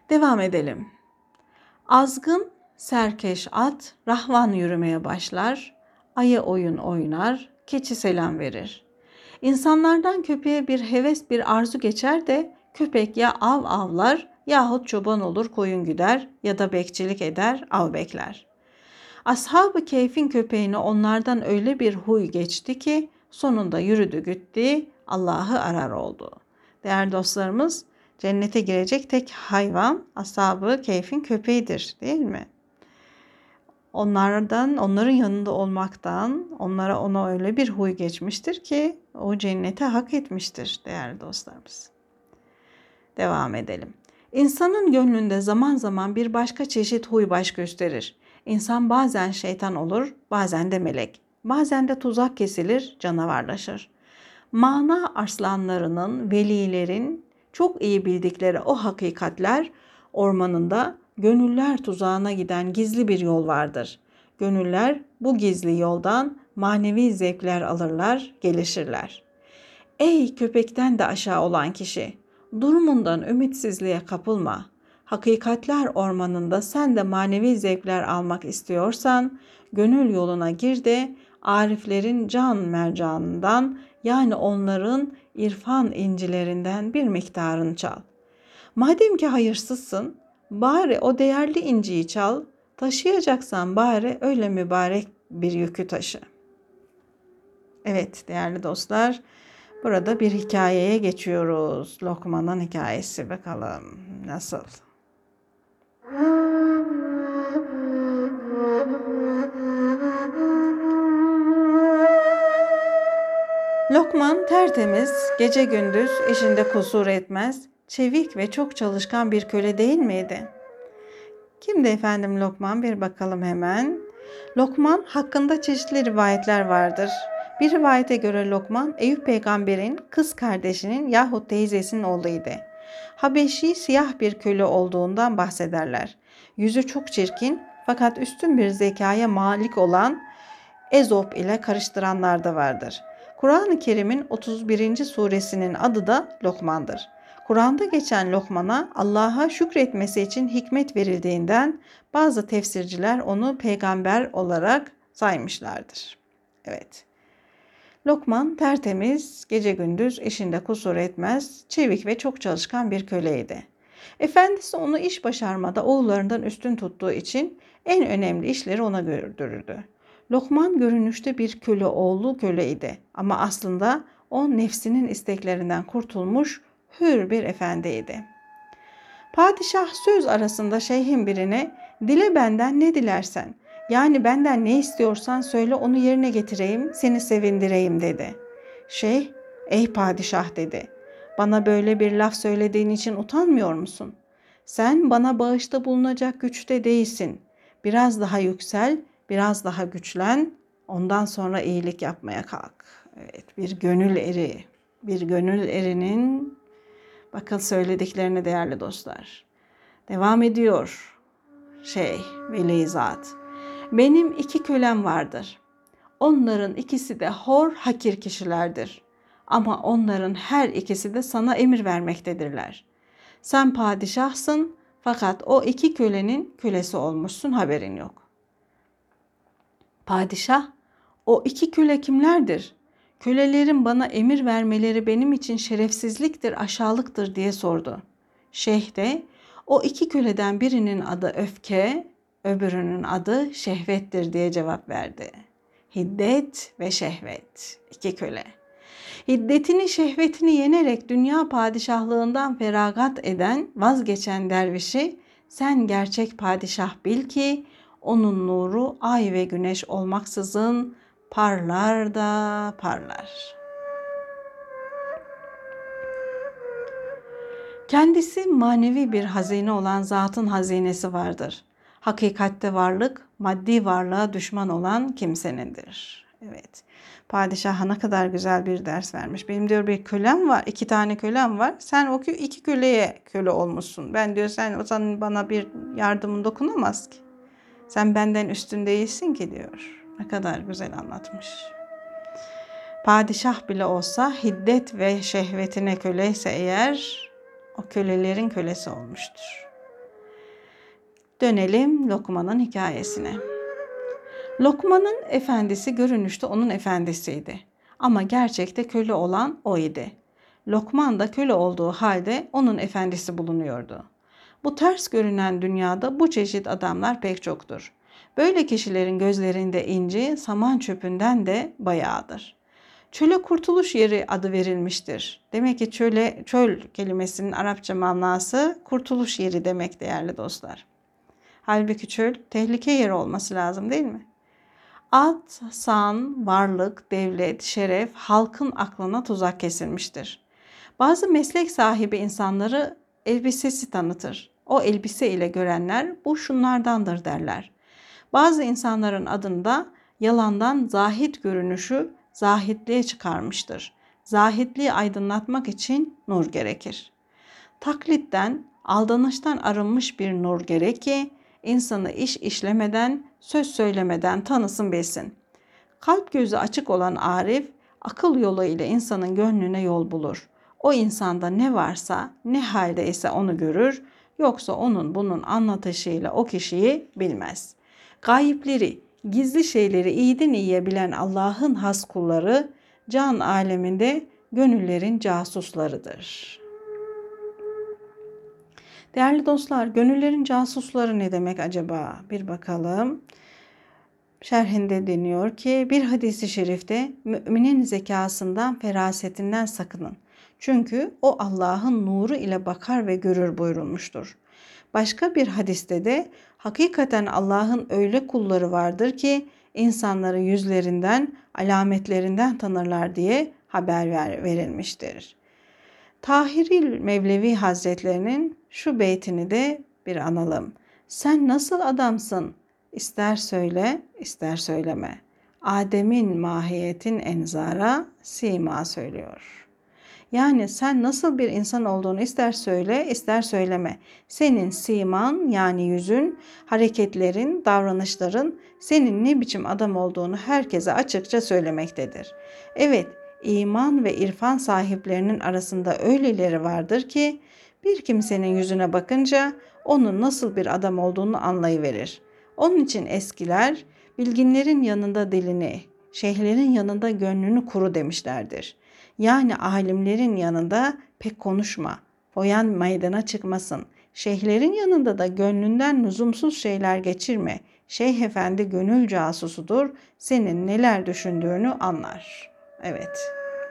Devam edelim. Azgın, serkeş at, rahvan yürümeye başlar. Ayı oyun oynar, keçi selam verir. İnsanlardan köpeğe bir heves, bir arzu geçer de köpek ya av avlar yahut çoban olur koyun güder ya da bekçilik eder av bekler. Ashab-ı Keyf'in köpeğine onlardan öyle bir huy geçti ki sonunda yürüdü gitti Allah'ı arar oldu. Değerli dostlarımız, cennete girecek tek hayvan Ashab-ı Keyf'in köpeğidir, değil mi? Onlardan, onların yanında olmaktan onlara ona öyle bir huy geçmiştir ki o cennete hak etmiştir değerli dostlarımız. Devam edelim. İnsanın gönlünde zaman zaman bir başka çeşit huy baş gösterir. İnsan bazen şeytan olur, bazen de melek. Bazen de tuzak kesilir, canavarlaşır. Mana arslanlarının, velilerin çok iyi bildikleri o hakikatler ormanında gönüller tuzağına giden gizli bir yol vardır. Gönüller bu gizli yoldan manevi zevkler alırlar, gelişirler. Ey köpekten de aşağı olan kişi! Durumundan ümitsizliğe kapılma. Hakikatler ormanında sen de manevi zevkler almak istiyorsan, gönül yoluna gir de ariflerin can mercanından, yani onların irfan incilerinden bir miktarını çal. Madem ki hayırsızsın, bari o değerli inciyi çal, taşıyacaksan bari öyle mübarek bir yükü taşı. Evet değerli dostlar, burada bir hikayeye geçiyoruz. Lokman'ın hikayesi, bakalım nasıl? Lokman tertemiz, gece gündüz işinde kusur etmez, çevik ve çok çalışkan bir köle değil miydi? Kimdi efendim Lokman? Bir bakalım hemen. Lokman hakkında çeşitli rivayetler vardır. Bir rivayete göre Lokman, Eyüp peygamberin kız kardeşinin yahut teyzesinin oğluydu. Habeşi siyah bir köle olduğundan bahsederler. Yüzü çok çirkin fakat üstün bir zekaya malik olan Ezop ile karıştıranlar da vardır. Kur'an-ı Kerim'in otuz birinci suresinin adı da Lokman'dır. Kur'an'da geçen Lokman'a Allah'a şükretmesi için hikmet verildiğinden bazı tefsirciler onu peygamber olarak saymışlardır. Evet. Lokman tertemiz, gece gündüz işinde kusur etmez, çevik ve çok çalışkan bir köleydi. Efendisi onu iş başarmada oğullarından üstün tuttuğu için en önemli işleri ona gördürürdü. Lokman görünüşte bir köle oğlu köleydi ama aslında o nefsinin isteklerinden kurtulmuş hür bir efendiydi. Padişah söz arasında şeyhin birine dile benden ne dilersen, yani benden ne istiyorsan söyle onu yerine getireyim, seni sevindireyim dedi. Şeyh, ey padişah dedi, bana böyle bir laf söylediğin için utanmıyor musun? Sen bana bağışta bulunacak güçte değilsin. Biraz daha yüksel, biraz daha güçlen, ondan sonra iyilik yapmaya kalk. Evet, bir gönül eri, bir gönül erinin bakın söylediklerine değerli dostlar. Devam ediyor şey Velizat. Benim iki kölem vardır. Onların ikisi de hor hakir kişilerdir. Ama onların her ikisi de sana emir vermektedirler. Sen padişahsın fakat o iki kölenin kölesi olmuşsun, haberin yok. Padişah, o iki köle kimlerdir? Kölelerin bana emir vermeleri benim için şerefsizliktir, aşağılıktır diye sordu. Şeyh de, o iki köleden birinin adı öfke, öbürünün adı şehvettir diye cevap verdi. Hiddet ve şehvet, iki köle. Hiddetini, şehvetini yenerek dünya padişahlığından feragat eden, vazgeçen dervişi, sen gerçek padişah bil ki, onun nuru ay ve güneş olmaksızın parlar da parlar. Kendisi manevi bir hazine olan zatın hazinesi vardır. Hakikatte varlık, maddi varlığa düşman olan kimsenindir. Evet, padişaha ne kadar güzel bir ders vermiş. Benim diyor bir kölem var, iki tane kölem var. Sen o iki köleye köle olmuşsun. Ben diyor sen o zaman bana bir yardımın dokunamaz ki. Sen benden üstün değilsin ki diyor. Ne kadar güzel anlatmış. Padişah bile olsa hiddet ve şehvetine köleyse eğer o kölelerin kölesi olmuştur. Dönelim Lokman'ın hikayesine. Lokman'ın efendisi görünüşte onun efendisiydi. Ama gerçekte köle olan o idi. Lokman da köle olduğu halde onun efendisi bulunuyordu. Bu ters görünen dünyada bu çeşit adamlar pek çoktur. Böyle kişilerin gözlerinde inci, saman çöpünden de bayağıdır. Çöle kurtuluş yeri adı verilmiştir. Demek ki çöle, çöl kelimesinin Arapça manası kurtuluş yeri demek değerli dostlar. Halbuki çöl tehlike yeri olması lazım değil mi? Ad, san, varlık, devlet, şeref halkın aklına tuzak kesilmiştir. Bazı meslek sahibi insanları elbisesi tanıtır. O elbise ile görenler bu şunlardandır derler. Bazı insanların adında yalandan zahit görünüşü zahitliğe çıkarmıştır. Zahitliği aydınlatmak için nur gerekir. Taklitten, aldanıştan arınmış bir nur gerek ki insanı iş işlemeden, söz söylemeden tanısın bilsin. Kalp gözü açık olan arif, akıl yolu ile insanın gönlüne yol bulur. O insanda ne varsa, ne halde ise onu görür, yoksa onun bunun anlatışıyla o kişiyi bilmez. Gayipleri, gizli şeyleri iyiden iyiye bilen Allah'ın has kulları, can aleminde gönüllerin casuslarıdır. Değerli dostlar, gönüllerin casusları ne demek acaba? Bir bakalım. Şerhinde deniyor ki bir hadisi şerifte müminin zekasından, ferasetinden sakının. Çünkü o Allah'ın nuru ile bakar ve görür buyurulmuştur. Başka bir hadiste de hakikaten Allah'ın öyle kulları vardır ki insanları yüzlerinden, alametlerinden tanırlar diye haber ver, verilmiştir. Tahiril Mevlevi Hazretlerinin şu beytini de bir analım. Sen nasıl adamsın? İster söyle, ister söyleme. Adem'in mahiyetin enzara sima söylüyor. Yani sen nasıl bir insan olduğunu ister söyle, ister söyleme. Senin siman yani yüzün, hareketlerin, davranışların senin ne biçim adam olduğunu herkese açıkça söylemektedir. Evet, iman ve irfan sahiplerinin arasında öyleleri vardır ki bir kimsenin yüzüne bakınca onun nasıl bir adam olduğunu anlayıverir. Onun için eskiler bilginlerin yanında dilini, şeyhlerin yanında gönlünü kuru demişlerdir. Yani alimlerin yanında pek konuşma, foyan meydana çıkmasın. Şeyhlerin yanında da gönlünden lüzumsuz şeyler geçirme. Şeyh efendi gönül casusudur, senin neler düşündüğünü anlar. Evet.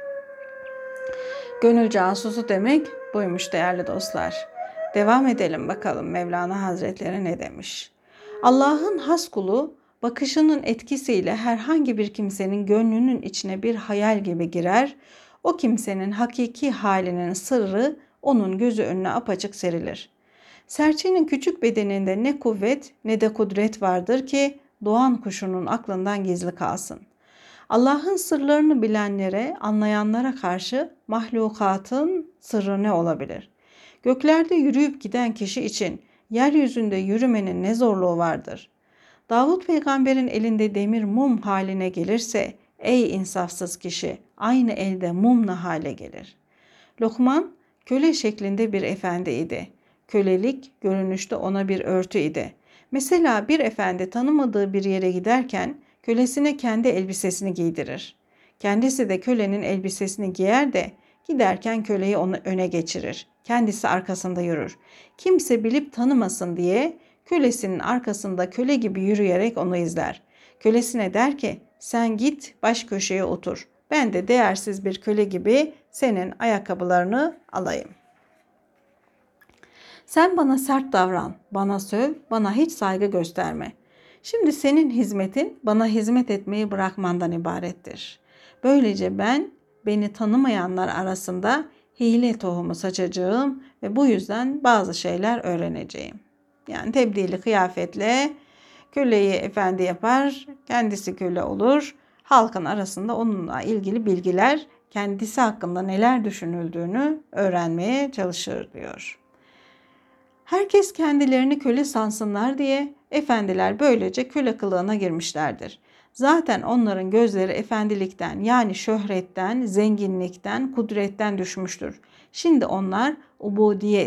Gönül casusu demek buymuş değerli dostlar. Devam edelim bakalım Mevlana Hazretleri ne demiş. Allah'ın has kulu bakışının etkisiyle herhangi bir kimsenin gönlünün içine bir hayal gibi girer, o kimsenin hakiki halinin sırrı onun gözü önüne apaçık serilir. Serçenin küçük bedeninde ne kuvvet ne de kudret vardır ki doğan kuşunun aklından gizli kalsın. Allah'ın sırlarını bilenlere, anlayanlara karşı mahlukatın sırrı ne olabilir? Göklerde yürüyüp giden kişi için yeryüzünde yürümenin ne zorluğu vardır? Davut peygamberin elinde demir mum haline gelirse, ey insafsız kişi, aynı elde mumla hale gelir. Lokman, köle şeklinde bir efendi idi. Kölelik görünüşte ona bir örtü idi. Mesela bir efendi tanımadığı bir yere giderken kölesine kendi elbisesini giydirir. Kendisi de kölenin elbisesini giyer de giderken köleyi onu öne geçirir. Kendisi arkasında yürür. Kimse bilip tanımasın diye kölesinin arkasında köle gibi yürüyerek onu izler. Kölesine der ki sen git baş köşeye otur. Ben de değersiz bir köle gibi senin ayakkabılarını alayım. Sen bana sert davran, bana söv, bana hiç saygı gösterme. Şimdi senin hizmetin bana hizmet etmeyi bırakmandan ibarettir. Böylece ben beni tanımayanlar arasında hile tohumu saçacağım ve bu yüzden bazı şeyler öğreneceğim. Yani tebdili kıyafetle köleyi efendi yapar, kendisi köle olur. Halkın arasında onunla ilgili bilgiler, kendisi hakkında neler düşünüldüğünü öğrenmeye çalışır diyor. Herkes kendilerini köle sansınlar diye efendiler böylece köle kılığına girmişlerdir. Zaten onların gözleri efendilikten yani şöhretten, zenginlikten, kudretten düşmüştür. Şimdi onlar ubudiyet,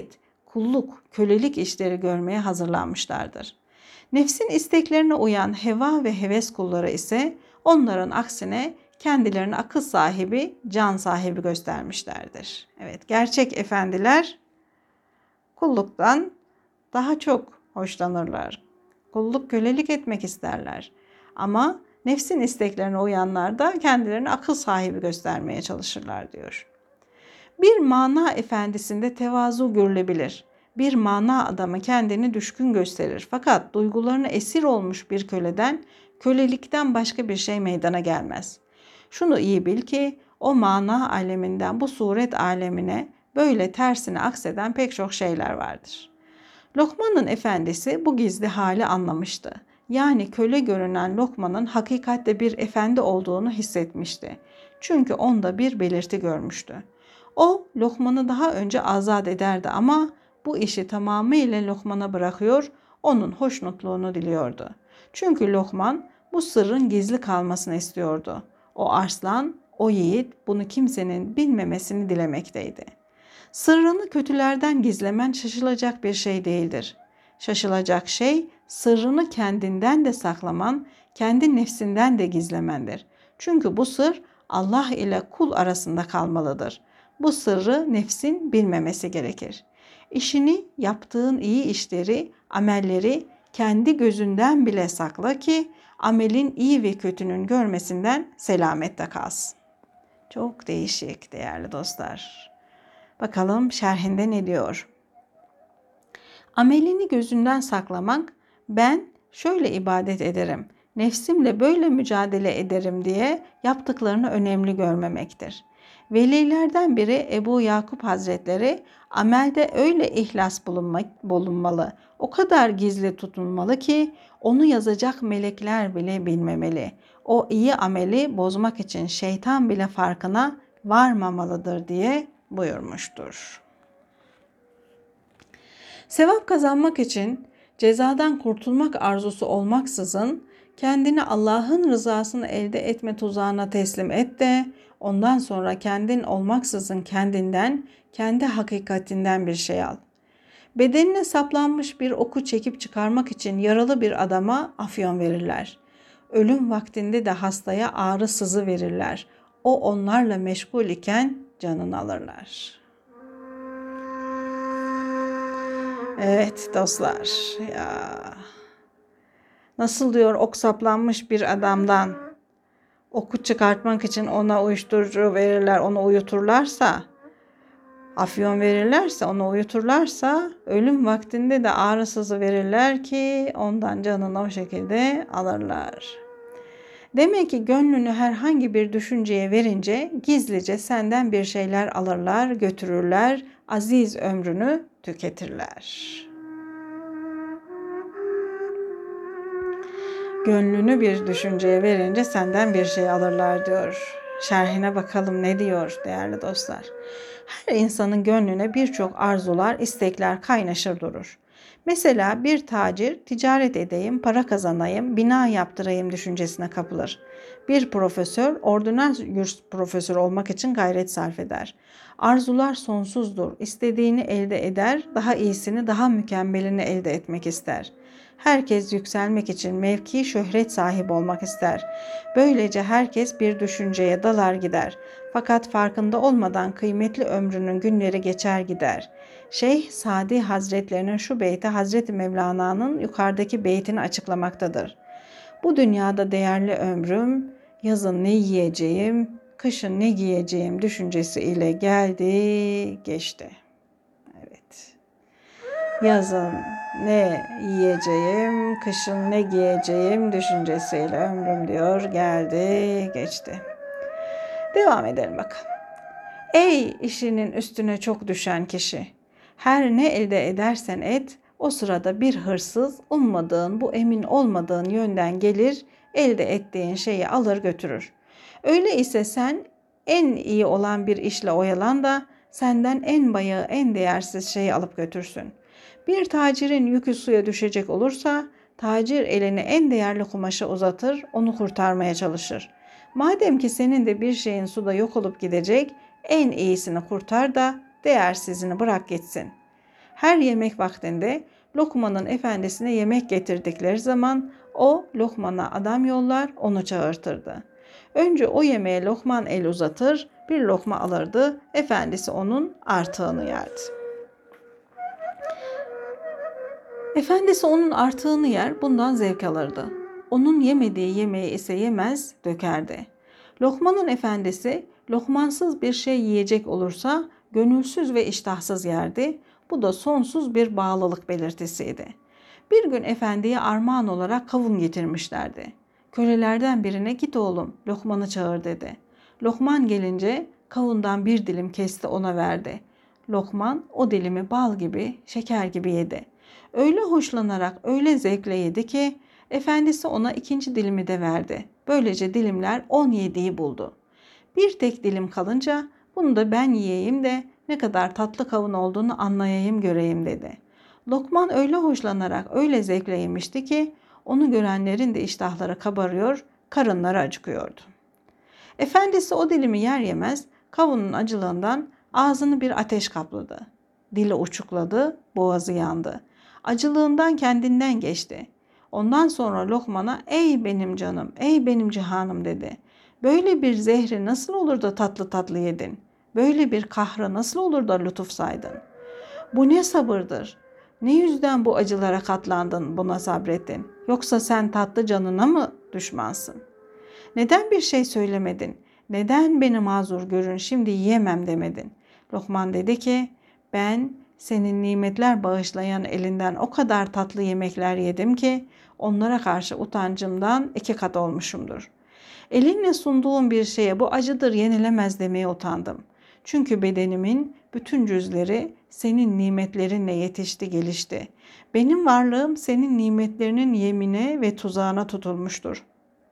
kulluk, kölelik işleri görmeye hazırlanmışlardır. Nefsin isteklerine uyan heva ve heves kulları ise onların aksine kendilerini akıl sahibi, can sahibi göstermişlerdir. Evet, gerçek efendiler kulluktan daha çok hoşlanırlar. Kulluk, kölelik etmek isterler. Ama nefsin isteklerine uyanlar da kendilerini akıl sahibi göstermeye çalışırlar diyor. Bir mana efendisinde tevazu görülebilir. Bir mana adamı kendini düşkün gösterir. Fakat duygularına esir olmuş bir köleden, kölelikten başka bir şey meydana gelmez. Şunu iyi bil ki o mana aleminden bu suret alemine böyle tersine akseden pek çok şeyler vardır. Lokman'ın efendisi bu gizli hali anlamıştı. Yani köle görünen Lokman'ın hakikatte bir efendi olduğunu hissetmişti. Çünkü onda bir belirti görmüştü. O Lokman'ı daha önce azat ederdi ama bu işi tamamıyla Lokman'a bırakıyor, onun hoşnutluğunu diliyordu. Çünkü Lokman bu sırrın gizli kalmasını istiyordu. O arslan, o yiğit bunu kimsenin bilmemesini dilemekteydi. Sırrını kötülerden gizlemen şaşılacak bir şey değildir. Şaşılacak şey sırrını kendinden de saklaman, kendi nefsinden de gizlemendir. Çünkü bu sır Allah ile kul arasında kalmalıdır. Bu sırrı nefsin bilmemesi gerekir. İşini, yaptığın iyi işleri, amelleri kendi gözünden bile sakla ki amelin iyi ve kötünün görmesinden selamette kalsın. Çok değişik değerli dostlar. Bakalım şerhinde ne diyor? Amelini gözünden saklamak, ben şöyle ibadet ederim, nefsimle böyle mücadele ederim diye yaptıklarını önemli görmemektir. Velilerden biri Ebu Yakup Hazretleri, amelde öyle ihlas bulunmak, bulunmalı, o kadar gizli tutulmalı ki onu yazacak melekler bile bilmemeli. O iyi ameli bozmak için şeytan bile farkına varmamalıdır diye buyurmuştur. Sevap kazanmak için cezadan kurtulmak arzusu olmaksızın kendini Allah'ın rızasını elde etme tuzağına teslim et de ondan sonra kendin olmaksızın kendinden, kendi hakikatinden bir şey al. Bedenine saplanmış bir oku çekip çıkarmak için yaralı bir adama afyon verirler. Ölüm vaktinde de hastaya ağrı sızı verirler. O onlarla meşgul iken canını alırlar. Evet dostlar, ya nasıl diyor ok saplanmış bir adamdan oku çıkartmak için ona uyuşturucu verirler, onu uyuturlarsa, afyon verirlerse, onu uyuturlarsa, ölüm vaktinde de ağrı sızı verirler ki ondan canını o şekilde alırlar. Demek ki gönlünü herhangi bir düşünceye verince gizlice senden bir şeyler alırlar, götürürler, aziz ömrünü tüketirler. Gönlünü bir düşünceye verince senden bir şey alırlar diyor. Şerhine bakalım ne diyor değerli dostlar. Her insanın gönlüne birçok arzular, istekler kaynaşır durur. Mesela bir tacir ticaret edeyim, para kazanayım, bina yaptırayım düşüncesine kapılır. Bir profesör ordinal profesör olmak için gayret sarf eder. Arzular sonsuzdur. İstediğini elde eder, daha iyisini, daha mükemmelini elde etmek ister. Herkes yükselmek için mevki, şöhret sahibi olmak ister. Böylece herkes bir düşünceye dalar gider. Fakat farkında olmadan kıymetli ömrünün günleri geçer gider. Şeyh Sadi Hazretlerinin şu beyti Hazreti Mevlana'nın yukarıdaki beytini açıklamaktadır. Bu dünyada değerli ömrüm, yazın ne yiyeceğim, kışın ne giyeceğim düşüncesi ile geldi, geçti. Evet. Yazın ne yiyeceğim, kışın ne giyeceğim düşüncesiyle ömrüm diyor, geldi, geçti. Devam edelim bakalım. Ey işinin üstüne çok düşen kişi! Her ne elde edersen et, o sırada bir hırsız ummadığın, bu emin olmadığın yönden gelir, elde ettiğin şeyi alır götürür. Öyleyse sen en iyi olan bir işle oyalan da senden en bayağı, en değersiz şeyi alıp götürsün. Bir tacirin yükü suya düşecek olursa, tacir elini en değerli kumaşa uzatır, onu kurtarmaya çalışır. Madem ki senin de bir şeyin suda yok olup gidecek, en iyisini kurtar da değersizini bırak gitsin. Her yemek vaktinde Lokman'ın efendisine yemek getirdikleri zaman o Lokman'a adam yollar, onu çağırtırdı. Önce o yemeğe Lokman el uzatır, bir lokma alırdı, efendisi onun artığını yerdi. Efendisi onun artığını yer, bundan zevk alırdı. Onun yemediği yemeği ise yemez, dökerdi. Lokman'ın efendisi lokmansız bir şey yiyecek olursa gönülsüz ve iştahsız yerdi. Bu da sonsuz bir bağlılık belirtisiydi. Bir gün efendiye armağan olarak kavun getirmişlerdi. Kölelerden birine git oğlum Lokman'ı çağır dedi. Lokman gelince kavundan bir dilim kesti ona verdi. Lokman o dilimi bal gibi, şeker gibi yedi. Öyle hoşlanarak, öyle zevkle yedi ki efendisi ona ikinci dilimi de verdi. Böylece dilimler on yediği buldu. Bir tek dilim kalınca bunu da ben yiyeyim de ne kadar tatlı kavun olduğunu anlayayım göreyim dedi. Lokman öyle hoşlanarak, öyle zevkle yemişti ki onu görenlerin de iştahları kabarıyor, karınları acıkıyordu. Efendisi o dilimi yer yemez kavunun acılığından ağzını bir ateş kapladı. Dili uçukladı, boğazı yandı. Acılığından kendinden geçti. Ondan sonra Lokman'a ey benim canım, ey benim cihanım dedi. Böyle bir zehri nasıl olur da tatlı tatlı yedin? Böyle bir kahrı nasıl olur da lütuf saydın? Bu ne sabırdır? Ne yüzden bu acılara katlandın, buna sabrettin? Yoksa sen tatlı canına mı düşmansın? Neden bir şey söylemedin? Neden beni mazur görün, şimdi yiyemem demedin? Lokman dedi ki, ben senin nimetler bağışlayan elinden o kadar tatlı yemekler yedim ki onlara karşı utancımdan iki kat olmuşumdur. Elinle sunduğum bir şeye bu acıdır yenilemez demeye utandım. Çünkü bedenimin bütün cüzleri senin nimetlerinle yetişti gelişti. Benim varlığım senin nimetlerinin yemine ve tuzağına tutulmuştur.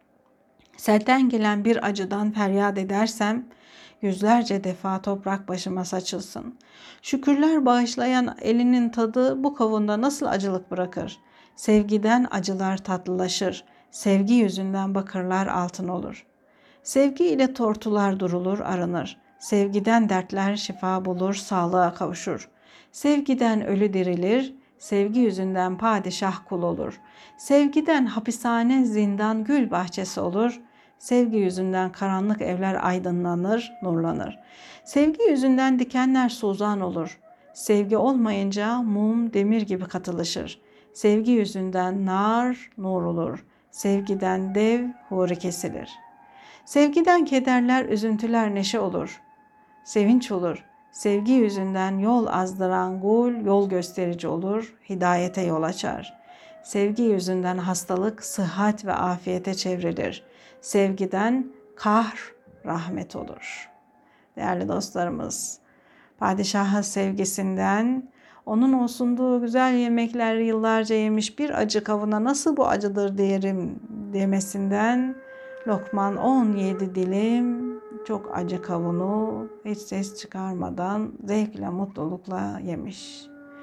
Selden gelen bir acıdan feryat edersem yüzlerce defa toprak başıma saçılsın. Şükürler bağışlayan elinin tadı bu kavunda nasıl acılık bırakır? Sevgiden acılar tatlılaşır. Sevgi yüzünden bakırlar altın olur. Sevgi ile tortular durulur, arınır. Sevgiden dertler şifa bulur, sağlığa kavuşur. Sevgiden ölü dirilir, sevgi yüzünden padişah kul olur. Sevgiden hapishane, zindan, gül bahçesi olur. Sevgi yüzünden karanlık evler aydınlanır, nurlanır. Sevgi yüzünden dikenler suzan olur. Sevgi olmayınca mum demir gibi katılılaşır. Sevgi yüzünden nar nur olur. Sevgiden dev huri kesilir. Sevgiden kederler, üzüntüler neşe olur. Sevinç olur. Sevgi yüzünden yol azdıran gul yol gösterici olur, hidayete yol açar. Sevgi yüzünden hastalık, sıhhat ve afiyete çevrilir. Sevgiden kahr, rahmet olur. Değerli dostlarımız, padişahın sevgisinden, onun o sunduğu güzel yemekler yıllarca yemiş bir acı kavuna nasıl bu acıdır diyelim demesinden Lokman on yedi dilim çok acı kavunu hiç ses çıkarmadan zevkle, mutlulukla yemiş.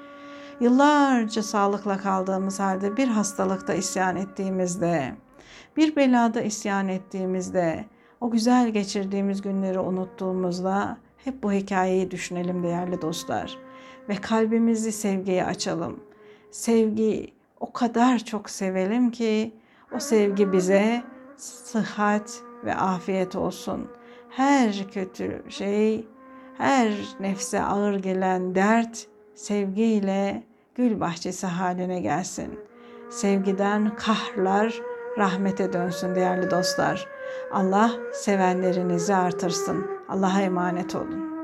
Yıllarca sağlıkla kaldığımız halde bir hastalıkta isyan ettiğimizde, bir belada isyan ettiğimizde, o güzel geçirdiğimiz günleri unuttuğumuzda hep bu hikayeyi düşünelim değerli dostlar. Ve kalbimizi sevgiye açalım. Sevgi o kadar çok sevelim ki o sevgi bize sıhhat ve afiyet olsun. Her kötü şey, her nefse ağır gelen dert sevgiyle gül bahçesi haline gelsin. Sevgiden kahrlar rahmete dönsün değerli dostlar. Allah sevenlerinizi artırsın. Allah'a emanet olun.